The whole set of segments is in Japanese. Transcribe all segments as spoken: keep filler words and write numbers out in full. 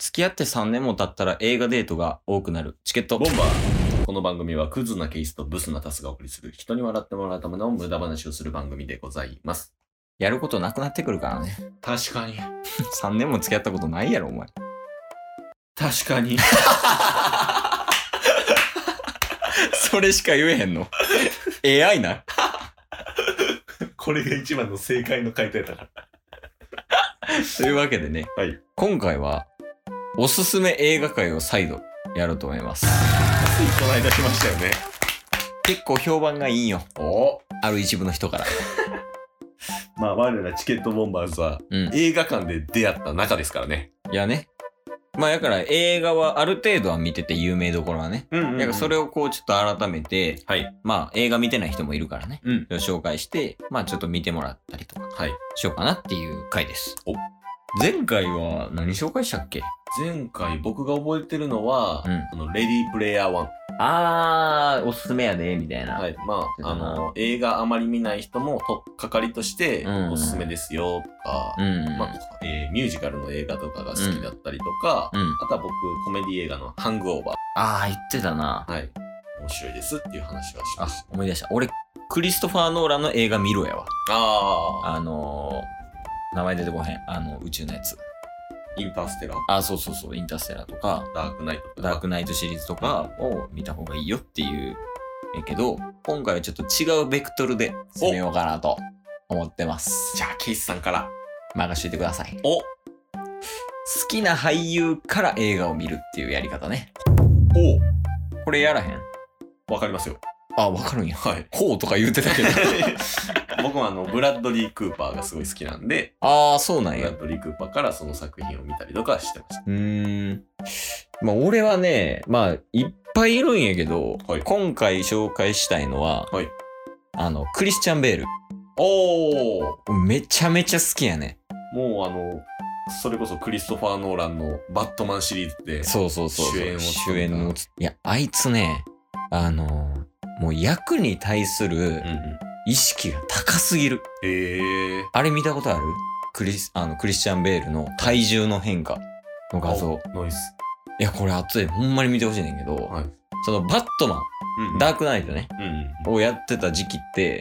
付き合ってさんねんも経ったら映画デートが多くなる。チケット。 ボンバー。この番組はクズなケースとブスなタスがお送りする人に笑ってもらうための無駄話をする番組でございます。 やることなくなってくるからね。 確かに。 さんねんも付き合ったことないやろ、お前。 確かに。 それしか言えへんの。エーアイ な。 これが一番の正解の回答やったから。 というわけでね、 はい、 今回はおすすめ映画界を再度やろうと思います。 ついこの間しましたよね。 結構評判がいいんよ。 おある一部の人から。 まあ我らチケットボンバーズは、うん、映画館で出会った仲ですからね。 いやね。まあだから映画はある程度は見てて有名どころはね。うんうんうん、だからそれをこうちょっと改めて、はい、まあ映画見てない人もいるからね。うん、紹介して、まあちょっと見てもらったりとか、はい、しようかなっていう回です。お前回は何紹介したっけ？ 前回僕が覚えてるのは、うん、あのレディープレイヤーワン。 あー、おすすめやで、みたいな。 はい。まあ、あの、映画あまり見ない人もとっかかりとして、おすすめですよ、とか、うん、まあ、えー、ミュージカルの映画とかが好きだったりとか、うん、あとは僕、コメディ映画のハングオーバー。 あー、言ってたな。 はい。面白いですっていう話はしました。 あ、思い出した。俺、クリストファー・ノーランの映画見ろやわ。 あー。あのー、名前出てこへん。あの、宇宙のやつ。 インターステラー。 あ、そうそうそう、インターステラーとか、 ダークナイトとか。 ダークナイトシリーズとかを見た方がいいよっていうえけど、今回はちょっと違うベクトルで攻めようかなと思ってます。 じゃあ、ケイスさんから任せてください。 お好きな俳優から映画を見るっていうやり方ね。 おこれやらへん？ わかりますよ。 あ、わかるんや。 はい。 ほうとか言うてたけど。 僕もあの、ブラッドリー・クーパーがすごい好きなんで。 ああ、そうなんや。 ブラッドリー・クーパーからその作品を見たりとかしてました。 うーん。まあ、俺はね、まあ、いっぱいいるんやけど、はい、今回紹介したいのは、はい、あの、クリスチャン・ベール。 おー！ めちゃめちゃ好きやね。 もうあの、それこそクリストファー・ノーランのバットマンシリーズでそうそうそう主演を主演のいやあいつねあのもう役に対する意識が高すぎる。 へ、うんうん、 あれ見たことある？クリスあのクリスチャン・ベールの体重の変化の画像。 ナイス。 いやこれ熱い、ほんまに見てほしいねんけど、はい、そのバットマン、うんうん、ダークナイトね、うんうん、をやってた時期って、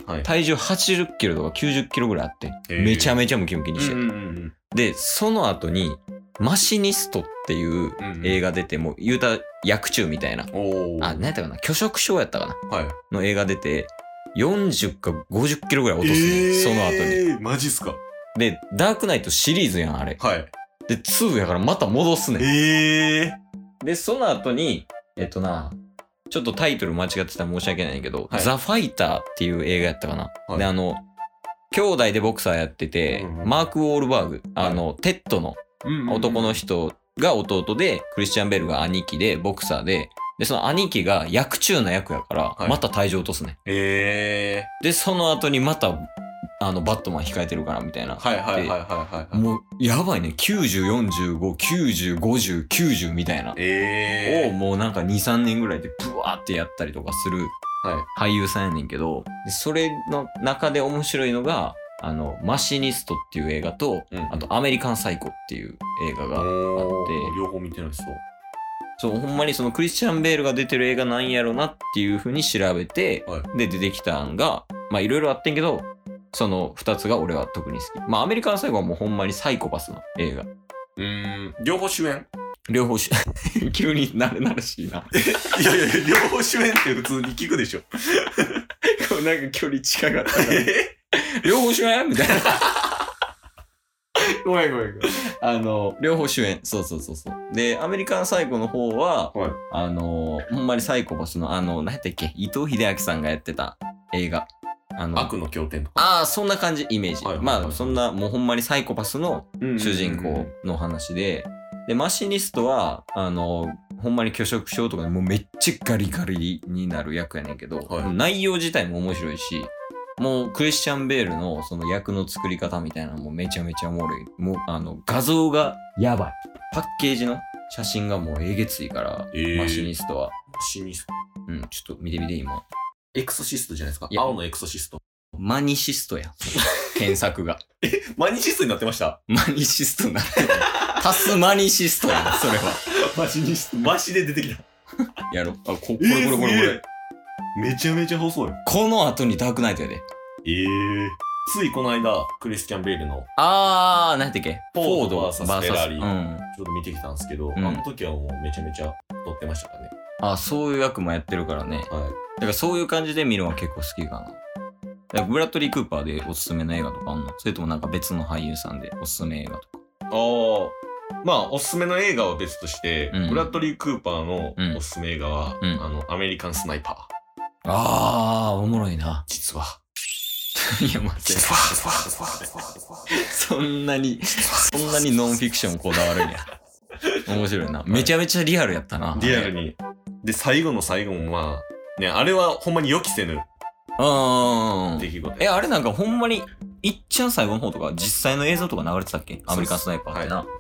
はい、体重はちじゅっキロとかきゅうじゅっキロぐらいあって、めちゃめちゃムキムキにして、うんうんうん、でその後にマシニストっていう映画出て、もう言うたら薬中みたいな、うんうん、あ、何やったかな、拒食症やったかな、はい、の映画出てよんじゅうかごじゅっキロぐらい落とすね、えー、その後に。 マジっすか。 でダークナイトシリーズやんあれ、 はい、 でにやからまた戻すねん。 えー、でその後にえっとなちょっとタイトル間違ってたら申し訳ないけど、はい、ザ・ファイターっていう映画やったかな、はい、であの兄弟でボクサーやってて、うんうん、マーク・ウォールバーグ、あの、はい、テッドの男の人が弟で、クリスチャン・ベルが兄貴で、ボクサーで、で、その兄貴が役中な役やから、はい、また体重落とすね。 へー。 で、その後にまた、あの、バットマン控えてるから、みたいな。 はいはいはいはい、はい。 もう、やばいね。きゅうじゅう、よんじゅうご、きゅうじゅう、ごじゅう、きゅうじゅうみたいな。 えー。 をもうなんかに、さんねんぐらいでブワーってやったりとかする俳優さんやねんけど、でそれの中で面白いのが、あの、マシニストっていう映画と、うんうん、あとアメリカンサイコっていう映画があって。 両方見てないです。 そう、ほんまにそのクリスチャン・ベールが出てる映画なんやろなっていう風に調べて、はい、で、出てきたんが、まあいろいろあってんけど、その二つが俺は特に好き。まあアメリカンサイコはもうほんまにサイコパスの映画。 うーん、両方主演？ 両方主演。急になれなるしいな。 いやいや、両方主演って普通に聞くでしょ。 なんか距離近かったから。両方主演みたいな。 ごめんごめんごめん。 あの、両方主演。そうそうそうそう。で、アメリカンサイコの方は、はい、あの、ほんまにサイコパスの、あの、何やったっけ、伊藤英明さんがやってた映画。 あの、悪の経典とか。 ああ、そんな感じ、イメージ。はいはいはいはい、まあ、そんな、もうほんまにサイコパスの主人公の話で、で、マシニストは、あの、ほんまに拒食症とかでもうめっちゃガリガリになる役やねんけど、はい、内容自体も面白いし、もうクリスチャン・ベールのその役の作り方みたいなのもめちゃめちゃおもろい。もうあの画像がやばい。パッケージの写真がもうえげついから、えー、マシニストは。 マシニストうん、ちょっと見てみて今。 エクソシストじゃないですか。青のエクソシスト。 マニシストや。検索が。 え、マニシストになってました？ マニシストになってる。 タスマニシストやな、それは。 マジにし、マジで出てきた。 やろ。あ、こ、これこれこれこれ。えー、めちゃめちゃ細い。 この後にダークナイトやで。 ええー。ついこの間、クリスチャン・ベールの。 あー、何やったっけ？ フォード ブイエス フェラーリ。 うん。 ちょっと見てきたんですけど、うん、あの時はもうめちゃめちゃ撮ってましたからね。 あ、そういう役もやってるからね。はい。だからそういう感じで見るのは結構好きかな。だからブラッドリー・クーパーでおすすめの映画とかあんの？それともなんか別の俳優さんでおすすめ映画とか。 ああ。まあ、おすすめの映画は別として、うん、ブラッドリー・クーパーのおすすめ映画は、うん、あの、アメリカン・スナイパー。 ああ、おもろいな。 実は。 いや、待って。そんなに、そんなにノンフィクションこだわるんや。面白いな。めちゃめちゃリアルやったな。 リアルに。で、最後の最後もまあ、ね、あれはほんまに予期せぬ。 うん。 出来事。 え、あれなんかほんまに、いっちゃん最後の方とか、実際の映像とか流れてたっけ？アメリカンスナイパーってな。はい、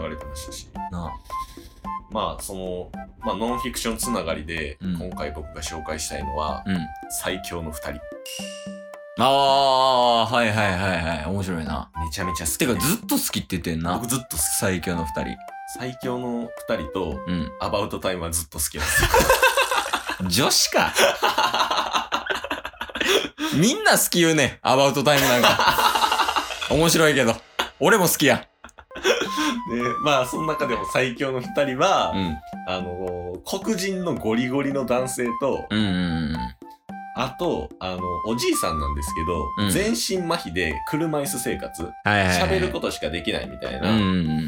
流れてましたし。 なまあ、その、まあ、ノンフィクションつながりで、うん、今回僕が紹介したいのは、うん、最強の二人。 ああ、はいはいはいはい。面白いな。 めちゃめちゃ好き、 ね。てかずっと好きって言ってんな。 僕ずっと好き。 最強の二人。 最強の二人と、うん、アバウトタイムはずっと好きなんですよ。 女子か。みんな好き言うね。アバウトタイムなんか。面白いけど。俺も好きや。 で、まあ、その中でも最強の二人は、うん、あのー、黒人のゴリゴリの男性と、うんうんうん、あと、あの、おじいさんなんですけど、うん、全身麻痺で車椅子生活、喋、はいはいはい、ることしかできないみたいな、うんうん、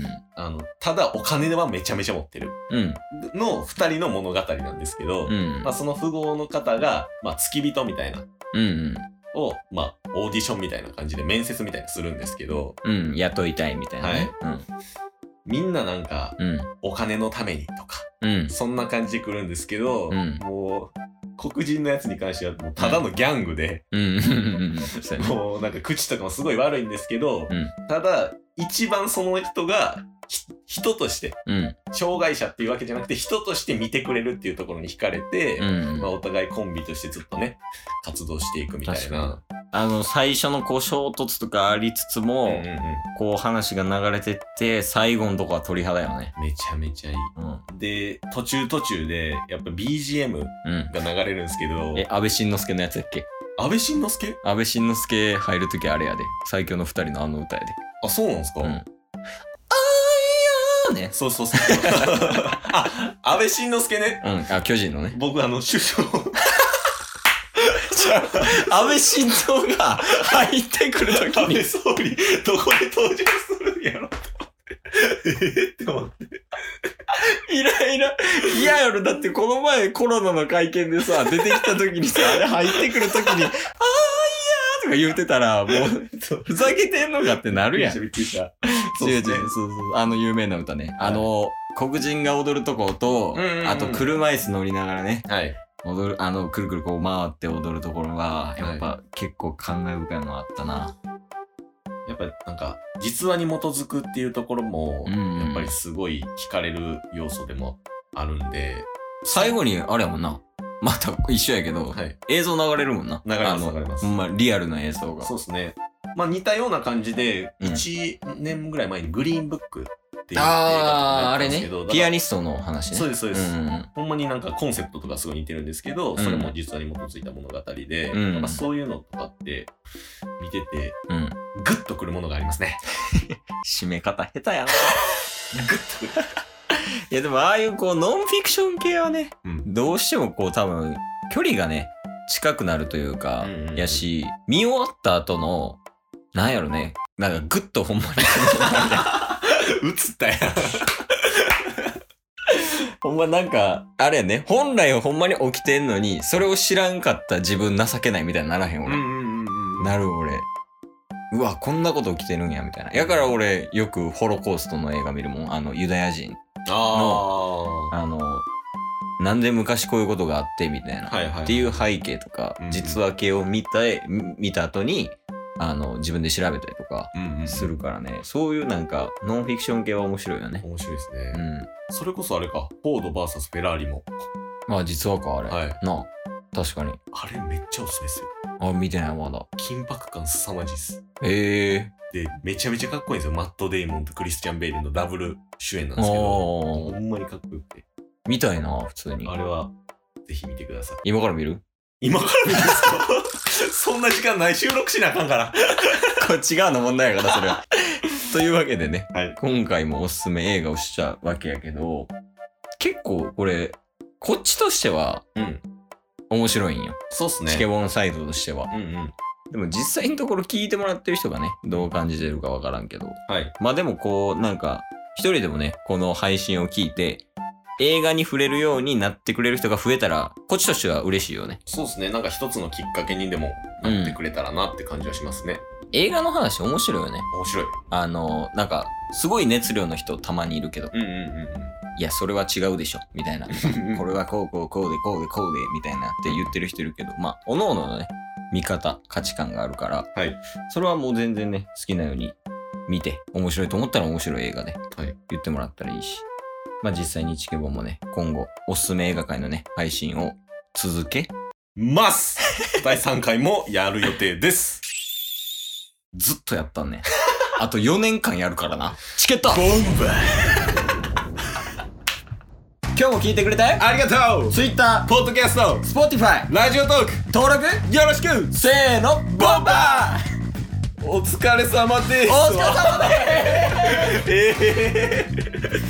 あの、ただお金はめちゃめちゃ持ってる、うん、の二人の物語なんですけど、うん、まあ、その富豪の方が、まあ、付き人みたいな、うんうんを、まあ、オーディションみたいな感じで面接みたいにするんですけど、 うん、雇いたいみたいなね。はい。うん、 みんななんか、うん、お金のためにとか、うん、そんな感じで来るんですけど、うん、もう、黒人のやつに関しては、もうただのギャングで、うん、もうなんか口とかもすごい悪いんですけど、うん、ただ、一番その人が、人として、うん、障害者っていうわけじゃなくて人として見てくれるっていうところに惹かれて、うんまあ、お互いコンビとしてずっとね活動していくみたいな。 あの最初のこう衝突とかありつつも、うんうんうん、こう話が流れてって最後のとこは鳥肌よね。 めちゃめちゃいい、うん、で途中途中でやっぱ ビージーエム が流れるんですけど、 うん、え安倍晋之助のやつやっけ？ 安倍晋之助安倍晋之助入るときあれやで最強の二人のあの歌やで。 あそうなんですか、うんね、 そうそうそう。あ、安倍晋之助ね。 うん、あ、巨人のね。 僕、あの、首相。 安倍晋三が入ってくるときに。 安倍総理、どこで登場するんやろって思って。えー、って思って。 イライラ。いややろ、だってこの前コロナの会見でさ、出てきたときにさ、あれ入ってくるときに、あーいやーとか言うてたら、もう、ふざけてんのかってなるやん。 びっくりした。 違う違う、そうそう。あの有名な歌ね。はい、あの、黒人が踊るとこと、うんうんうん、あと車椅子乗りながらね。はい。踊る、あの、くるくるこう回って踊るところが、やっぱ、はい、結構感慨深いのがあったな。 やっぱなんか、実話に基づくっていうところも、うんうん、やっぱりすごい惹かれる要素でもあるんで。 最後に、あれやもんな。また一緒やけど、はい、映像流れるもんな。 流れます、流れます。 ほんま、リアルな映像が。 そうですね。まあ似たような感じで、いちねんぐらい前にグリーンブックっていう映画ああ、あれね。ピアニストの話ね。 そうです、そうです、うんうん。ほんまになんかコンセプトとかすごい似てるんですけど、それも実話に基づいた物語で、うん、まあそういうのとかって見てて、うん、グッとくるものがありますね。 締め方下手やな。グッとくる。いやでもああいうこうノンフィクション系はね、うん、どうしてもこう多分距離がね、近くなるというか、うんうんうん、やし、見終わった後の、なんやろね。なんかグッとほんまに。 映ったやん。 ほんまなんか、あれやね。本来はほんまに起きてんのに、それを知らんかった自分情けないみたいにならへん俺。うんうんうん、なる俺。うわ、こんなこと起きてるんや、みたいな。やから俺、よくホロコーストの映画見るもん。あの、ユダヤ人の、あ, あの、なんで昔こういうことがあって、みたいな。はいはいはい、っていう背景とか、うんうん、実話系を見た、見た後に、あの、自分で調べたりとかするからね、うんうん、そういうなんかノンフィクション系は面白いよね。 面白いですね。うん。それこそあれか、フォード ブイエス フェラーリも。 まあ実はか、あれ。はい。なあ、確かに。 あれめっちゃおすすめですよ。 あ、見てないまだ。 緊迫感凄まじいっす。 へえ。 で、めちゃめちゃかっこいいんですよ。マット・デイモンとクリスチャン・ベイルのダブル主演なんですけど、ほんまにかっこよくて。 見たいな、普通に。 あれは、ぜひ見てください。 今から見る？ 今から見るんですか？そんな時間ない、収録しなあかんから。 こっち側の問題やから、それは。というわけでね、 はい、 今回もおすすめ映画をしちゃうわけやけど、結構これ、こっちとしては、うん。面白いんよ。 そうっすね。 チケボンサイドとしては。うんうん。でも実際のところ聞いてもらってる人がね、どう感じてるかわからんけど。はい。まあでもこう、なんか、一人でもね、この配信を聞いて、映画に触れるようになってくれる人が増えたら、こっちとしては嬉しいよね。 そうですね。なんか一つのきっかけにでもなってくれたらなって感じはしますね。 うん、映画の話面白いよね。 面白い。 あの、なんか、すごい熱量の人たまにいるけど。うんうんうんうん。いや、それは違うでしょ。みたいな。これはこうこうこうでこうでこうで、みたいなって言ってる人いるけど、まあ、各々のね、見方、価値観があるから、はい。それはもう全然ね、好きなように見て、面白いと思ったら面白い映画で、はい。言ってもらったらいいし。まあ実際にチケボンもね、今後、おすすめ映画界のね、配信を続けますだいさんかいもやる予定です。 ずっとやったんね。あとよねんかんやるからな。チケットボンバー今日も聞いてくれてありがとう。 Twitter、 ポッドキャスト、 Spotify、 ラジオトーク登録よろしく。 せーの、ボンバーお疲れ様です。 お疲れ様ですえー